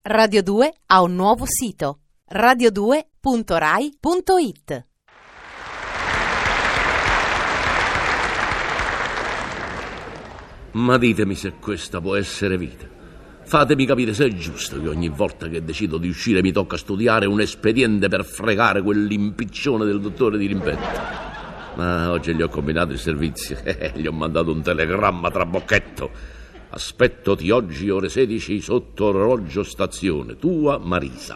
Radio 2 ha un nuovo sito: radio2.rai.it. Ma ditemi se questa può essere vita. Fatemi capire se è giusto che ogni volta che decido di uscire mi tocca studiare un espediente per fregare quell'impiccione del dottore di rimpetto. Ma oggi gli ho combinato il servizio. Gli ho mandato un telegramma trabocchetto. Aspettoti oggi ore 16 sotto orologio stazione. Tua Marisa.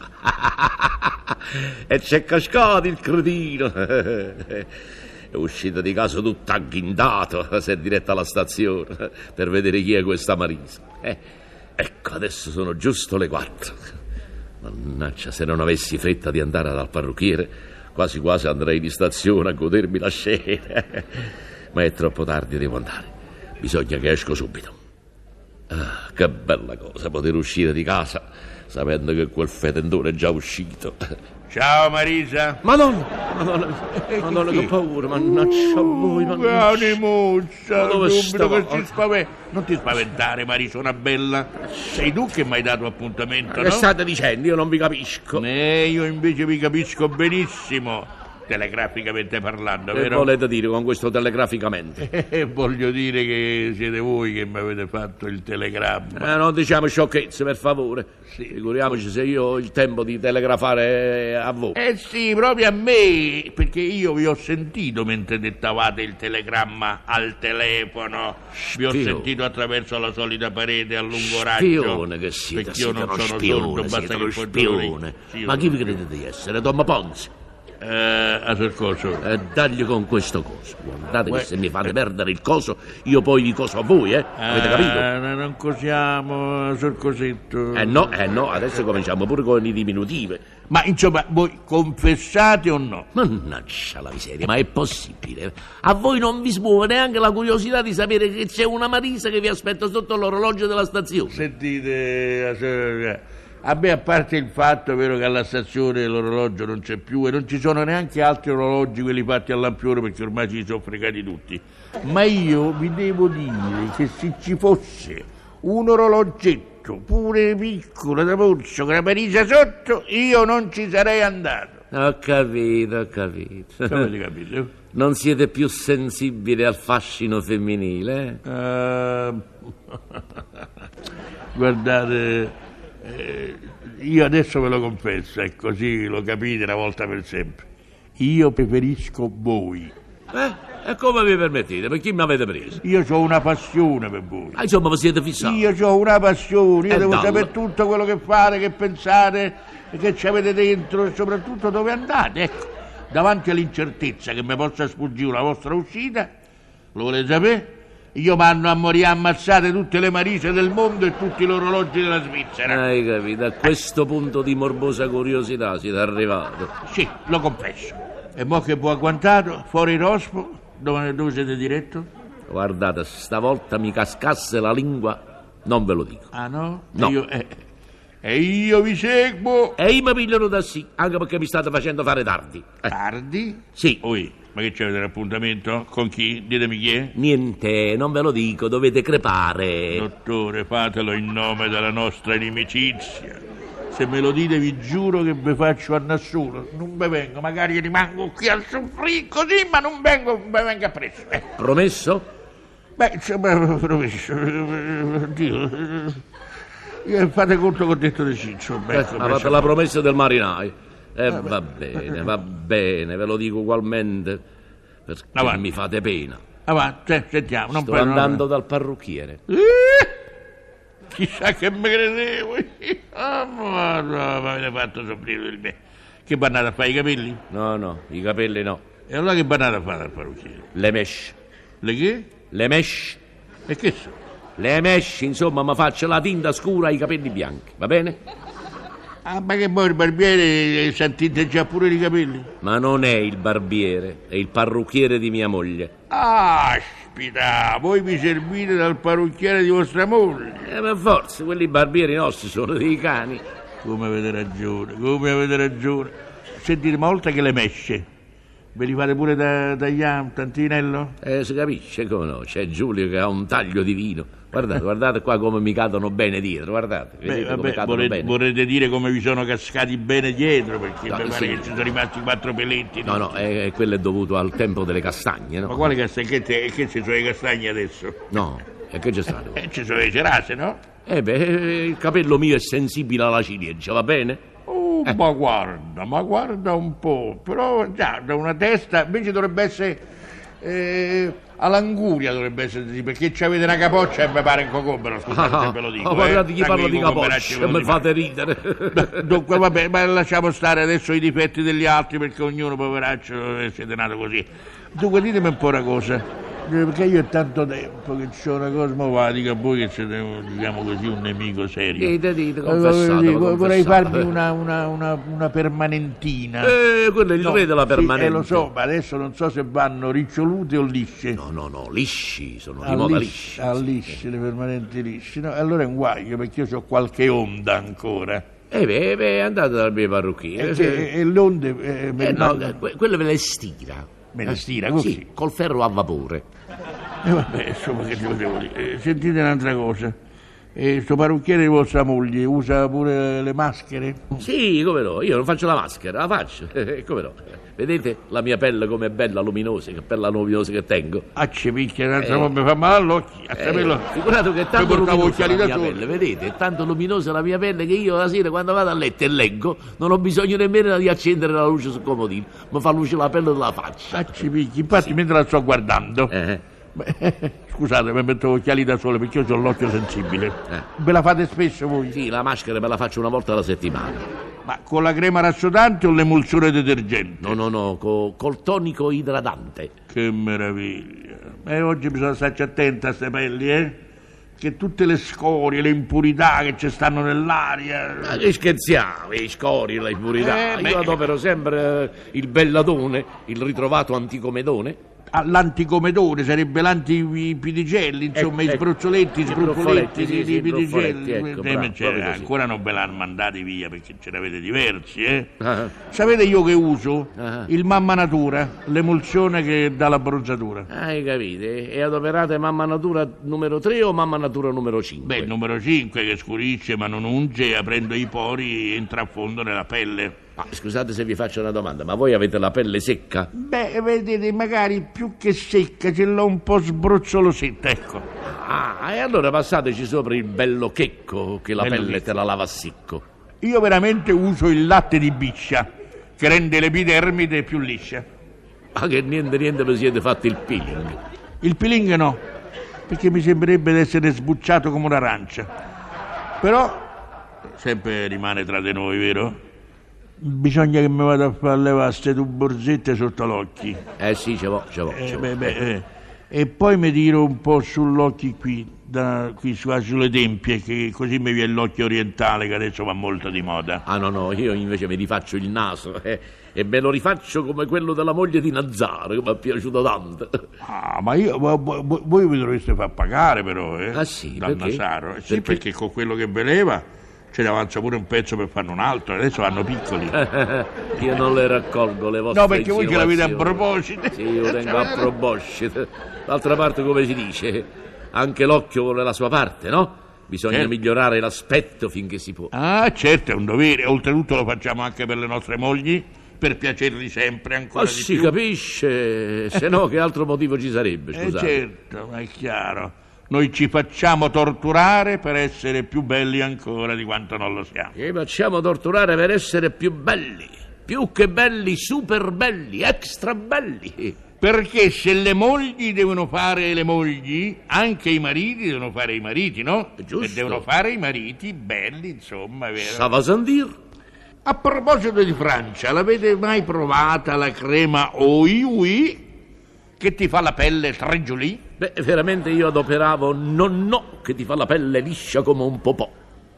E c'è cascato il cretino. È uscito di casa tutto agghindato. Si è diretto alla stazione per vedere chi è questa Marisa. Ecco, adesso sono giusto le 4. Mannaggia, se non avessi fretta di andare dal parrucchiere, quasi quasi andrei di stazione a godermi la scena. Ma è troppo tardi, devo andare. Bisogna che esco subito. Ah, che bella cosa poter uscire di casa sapendo che quel fetentone è già uscito. Ciao Marisa. Madonna, che paura, mannaggia a voi, Animuzza, dove subito che stavo? si spaventa. Non ti spaventare, Marisona bella. Sei tu che mi hai dato appuntamento, Che no? state dicendo? Io non vi capisco. Io invece vi capisco benissimo, telegraficamente parlando, Che vero? volete dire con questo telegraficamente? Voglio dire che siete voi che mi avete fatto il telegramma. Non diciamo sciocchezze, per favore. Sì. Figuriamoci se io ho il tempo di telegrafare a voi. Sì, proprio a me, perché io vi ho sentito mentre dettavate il telegramma al telefono. Vi ho Spione. sentito attraverso la solita parete a lungo raggio. Spione che siete, perché io non siete uno sono spione, sordo, basta siete che uno poi spione. Sì, Ma chi vi credete di essere? Tom Ponzi? a sul coso. Dagli con questo coso. Guardate Uè. che se mi fate perdere il coso, io poi vi coso a voi, Avete capito? Non cosiamo sul cosetto. No, adesso cominciamo pure con i diminutive. Ma insomma, voi confessate o no? Mannaggia la miseria, ma è possibile? A voi non vi smuove neanche la curiosità di sapere che c'è una Marisa che vi aspetta sotto l'orologio della stazione? Sentite, a me, a parte il fatto, vero, che alla stazione l'orologio non c'è più e non ci sono neanche altri orologi, quelli fatti a lampione, perché ormai ci sono fregati tutti, ma io vi devo dire che se ci fosse un orologetto pure piccolo da polso con la Marisa sotto, io non ci sarei andato. Ho capito. Come avete capito? Non siete più sensibili al fascino femminile? Guardate, io adesso ve lo confesso, e così lo capite una volta per sempre. Io preferisco voi. E come vi permettete? Per chi mi avete preso? Io ho una passione per voi. Insomma, vi siete fissati. Io ho una passione, io devo dallo. sapere tutto quello che fate, che pensate, che ci avete dentro e soprattutto dove andate. Ecco, davanti all'incertezza che mi possa sfuggire la vostra uscita, lo volete sapere? Io mando a morire ammazzate tutte le Marise del mondo e tutti gli orologi della Svizzera. Hai capito? A questo punto di morbosa curiosità siete arrivato. Sì, lo confesso. E mo che voi agguantato, fuori Rospo, dove siete diretto? Guardate, stavolta mi cascasse la lingua, non ve lo dico. Ah no? No. E io vi seguo. E io mi pigliano da sì, anche perché mi state facendo fare tardi. Tardi? Sì. Oi, ma che c'avete l'appuntamento? Con chi? Ditemi chi è. Niente, non ve lo dico, dovete crepare. Dottore, fatelo in nome della nostra inimicizia. Se me lo dite vi giuro che vi faccio a nessuno. Non ve vengo, magari rimango qui a soffrire così, ma non vengo appresso. Promesso? Beh, insomma, promesso. Dio. Fate conto che ho detto di sì, insomma. Ha fatto la promessa del marinaio. Va bene, ve lo dico ugualmente, perché Avanti. mi fate pena. Avanti, sentiamo. Non Sto prendo- andando dal parrucchiere. Chissà che mi credevo. Ma mi avete fatto soffrire di me. Che bannate a fare i capelli? No, i capelli no. E allora che bannate a fare al parrucchiere? Le mesh. Le che? Le mesh. E che so? Le mesh, insomma, mi faccio la tinta scura ai capelli bianchi, va bene? Ah, ma che poi il barbiere sentite già pure i capelli? Ma non è il barbiere, è il parrucchiere di mia moglie. Aspita, voi vi servite dal parrucchiere di vostra moglie. Per forza, quelli barbieri nostri sono dei cani. Come avete ragione. Sentite, ma oltre che le mesce, ve li fate pure da Iam, Tantinello? Si capisce come no, c'è Giulio che ha un taglio divino. Guardate qua come mi cadono bene dietro, guardate. Vedete come cadono bene. Vorrete dire come vi sono cascati bene dietro, perché No, mi pare sì. che ci sono rimasti 4 peletti. No, quello è dovuto al tempo delle castagne, no? Ma quale castagne? Che ci sono i castagni adesso? No, e che c'è stato? Ci sono le cerase, no? Il capello mio è sensibile alla ciliegia, va bene? Ma guarda un po', però già da una testa invece dovrebbe essere all'anguria, dovrebbe essere sì, perché c'avete una capoccia e mi pare un cocomero, scusate se ve lo dico. Guardate chi parla di Cocomberacci capoccia, ve lo mi dico. fate ridere. Dunque vabbè, ma lasciamo stare adesso i difetti degli altri, perché ognuno poveraccio siete nato così. Dunque ditemi un po' una cosa, perché io è tanto tempo che c'ho una cosmovatica, voi che siete, diciamo così, un nemico serio. Dite, confessatelo. Vorrei farmi una permanentina. Quello è il re della permanente. Lo so, ma adesso non so se vanno ricciolute o lisce. No, lisci, sono di moda lisci. Lisce, le permanenti lisci. No, allora è un guaio, perché io ho qualche onda ancora. Andate dal mio parrucchiere. E le onde... Quello ve le stira. Me le stira così? Sì, col ferro a vapore. Vabbè, insomma, che ti potevo dire? Sentite un'altra cosa. Sto parrucchiere di vostra moglie usa pure le maschere? Sì, come no, io non faccio la maschera, la faccio, come no. Vedete la mia pelle com'è bella, luminosa, che bella luminosa che tengo. Ci picchia, un'altra volta mi fa male all'occhio, a saperlo. Figurato che è tanto portavo luminosa occhiali la da mia sole. pelle, vedete, è tanto luminosa la mia pelle che io la sera quando vado a letto e leggo non ho bisogno nemmeno di accendere la luce sul comodino, mi fa luce la pelle della faccia. Ci picchi, infatti mentre la sto guardando. Scusate, mi metto occhiali da sole perché io ho l'occhio sensibile. Ve la fate spesso voi? Sì, la maschera me la faccio una volta alla settimana. Ma con la crema rassodante o l'emulsione detergente? No, col tonico idratante. Che meraviglia. Oggi bisogna starci attenti a queste pelli, che tutte le scorie, le impurità che ci stanno nell'aria. Ma che scherziamo, i scori, le impurità. Io adopero sempre il belladone, il ritrovato anticomedone. L'anticomedone sarebbe l'antipidicelli, insomma, i spruzzoletti, i bruffoletti, di pidicelli. Ecco, bravo, ancora non ve l'hanno mandati via perché ce ne avete diversi, Sapete io che uso? Il Mamma Natura, l'emulsione che dà la bronzatura. Hai capito? E adoperate Mamma Natura numero 3 o Mamma Natura numero 5? Beh, il numero 5 che scurisce ma non unge, aprendo i pori entra a fondo nella pelle. Ma scusate se vi faccio una domanda, ma voi avete la pelle secca? Beh, vedete, magari più che secca, ce l'ho un po' sbruzzolosetta, ecco. E allora passateci sopra il bello checco, che la pelle te la lava a secco. Io veramente uso il latte di biscia, che rende l'epidermide più liscia. Ma che niente vi siete fatti il peeling? Il peeling no, perché mi sembrerebbe di essere sbucciato come un'arancia. Però, sempre rimane tra di noi, vero? Bisogna che mi vada a fare levare queste due borsette sotto l'occhio. Sì, ce l'ho. E poi mi tiro un po' sull'occhio qui sulle tempie, che così mi viene l'occhio orientale, che adesso va molto di moda. No, io invece mi rifaccio il naso e me lo rifaccio come quello della moglie di Nazzaro, che mi è piaciuto tanto. Ma voi vi dovreste far pagare però, Sì, dal perché? Nazzaro. Sì, perché con quello che veleva ce ne avanza pure un pezzo per farne un altro, adesso vanno piccoli. Io non le raccolgo le vostre. No, perché voi ce l'avete a proposito. Sì, io tengo a proposito. D'altra parte, come si dice, anche l'occhio vuole la sua parte, no? Bisogna migliorare l'aspetto finché si può. Certo, è un dovere. Oltretutto lo facciamo anche per le nostre mogli, per piacerli sempre ancora di più. Si capisce, se no che altro motivo ci sarebbe, scusate. Certo, ma è chiaro. Noi ci facciamo torturare per essere più belli ancora di quanto non lo siamo. Ci facciamo torturare per essere più belli, più che belli, super belli, extra belli. Perché se le mogli devono fare le mogli, anche i mariti devono fare i mariti, no? Giusto. E devono fare i mariti belli, insomma, vero? Ça va sans dire. A proposito di Francia, l'avete mai provata la crema OIUI che ti fa la pelle treggiolì? Beh, veramente io adoperavo no, che ti fa la pelle liscia come un popò.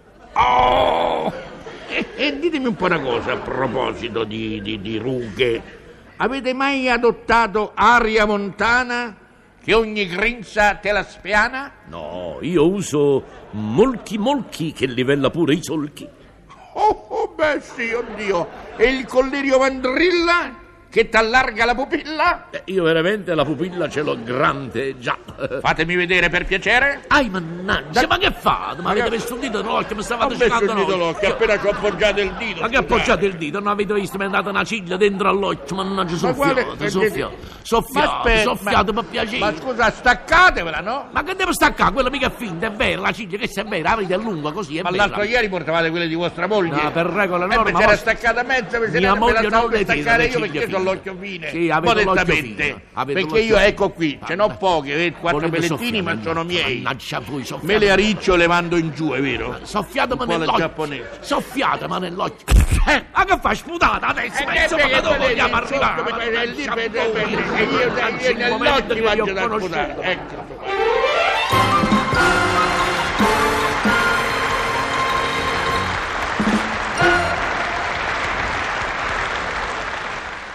E ditemi un po' una cosa a proposito di rughe. Avete mai adottato aria montana che ogni grinza te la spiana? No, io uso molchi che livella pure i solchi. Beh sì, oddio. E il collirio mandrilla? che t'allarga la pupilla? Io veramente la pupilla ce l'ho grande, già. Fatemi vedere per piacere. Ai, mannaggia, ma che fate? Ma avete messo un dito nell'occhio, mi stavate Ho messo cercando il dito l'occhio, appena ci ho appoggiato il dito. Ma che appoggiate il dito? Non avete visto? Mi è andata una ciglia dentro all'occhio, mannaggia, soffiate, soffiate per piacere. Ma scusa, staccatevela, no? Ma che devo staccare? Quella mica è finta, è vera, la ciglia che se è vera, la vita è lunga così, è Ma vera. l'altro ieri portavate quelle di vostra moglie. No, per regola me norma. c'era staccata mezza, me mia moglie la non stavo per le staccare tira io le perché ciglia ho fine. l'occhio fine. Sì, avete l'occhio modestamente. fine. Avete Perché l'occhio io ecco qui, ce n'ho poche, 4 Volete pellettini, ma soffiare? sono miei. Mannaggia voi, Me soffiate. le ariccio le mando in giù, è vero? Soffiatemi Un po' alla nell'occhio. giapponese. Soffiatemi nell'occhio. Ma che fai, sputata adesso? Ma insomma, che dove vogliamo arrivare? E io nell'occhio faccio da sputare. Ecco.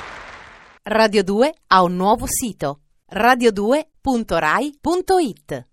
Radio 2 ha un nuovo sito: radio2.rai.it.